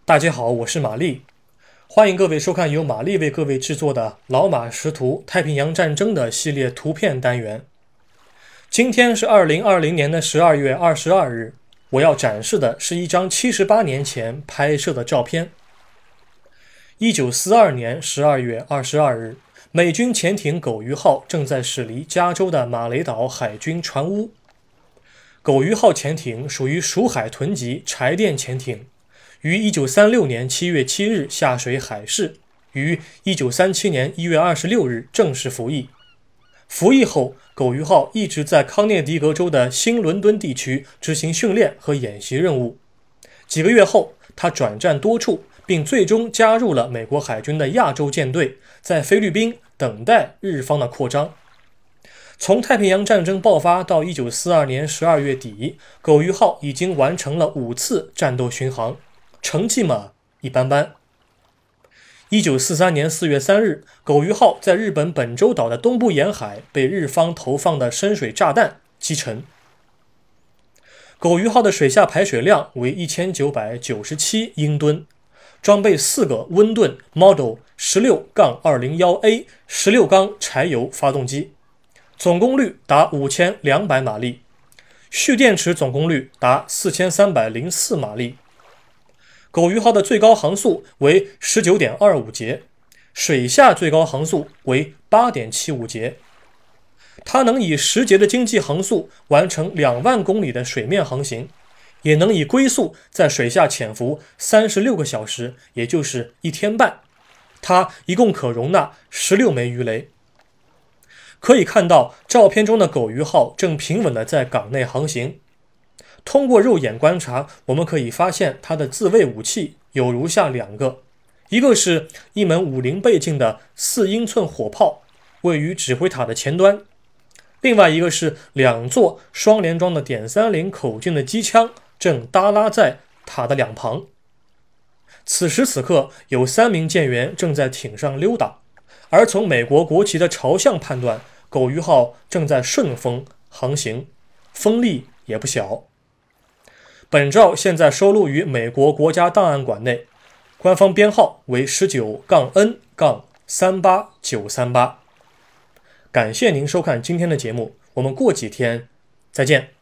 大家好，我是玛丽，欢迎各位收看由玛丽为各位制作的老马识图太平洋战争的系列图片单元。今天是2020年的12月22日，我要展示的是一张78年前拍摄的照片。1942年12月22日，美军潜艇狗鱼号正在驶离加州的马雷岛海军船坞。狗鱼号潜艇属于属海豚级柴电潜艇，于1936年7月7日下水海试，于1937年1月26日正式服役。服役后，狗鱼号一直在康涅狄格州的新伦敦地区执行训练和演习任务。几个月后，他转战多处，并最终加入了美国海军的亚洲舰队，在菲律宾等待日方的扩张。从太平洋战争爆发到1942年12月底，狗鱼号已经完成了5次战斗巡航，成绩嘛一般般。1943年4月3日，狗鱼号在日本本州岛的东部沿海被日方投放的深水炸弹击沉。狗鱼号的水下排水量为1997英吨，装备4个温顿 Model 16-201A 16缸柴油发动机，总功率达5200马力，蓄电池总功率达4304马力。狗鱼号的最高航速为 19.25 节，水下最高航速为 8.75 节。它能以10节的经济航速完成2万公里的水面航行，也能以龟速在水下潜伏36个小时，也就是1天半。它一共可容纳16枚鱼雷。可以看到，照片中的狗鱼号正平稳地在港内航行。通过肉眼观察，我们可以发现它的自卫武器有如下2个，一个是一门50倍镜的4英寸火炮，位于指挥塔的前端；另外一个是2座双联装的.30口径的机枪，正耷拉在塔的两旁。此时此刻，有3名舰员正在艇上溜达，而从美国国旗的朝向判断，狗鱼号正在顺风航行，风力也不小。本照现在收录于美国国家档案馆内，官方编号为 19-N-38938。感谢您收看今天的节目，我们过几天再见。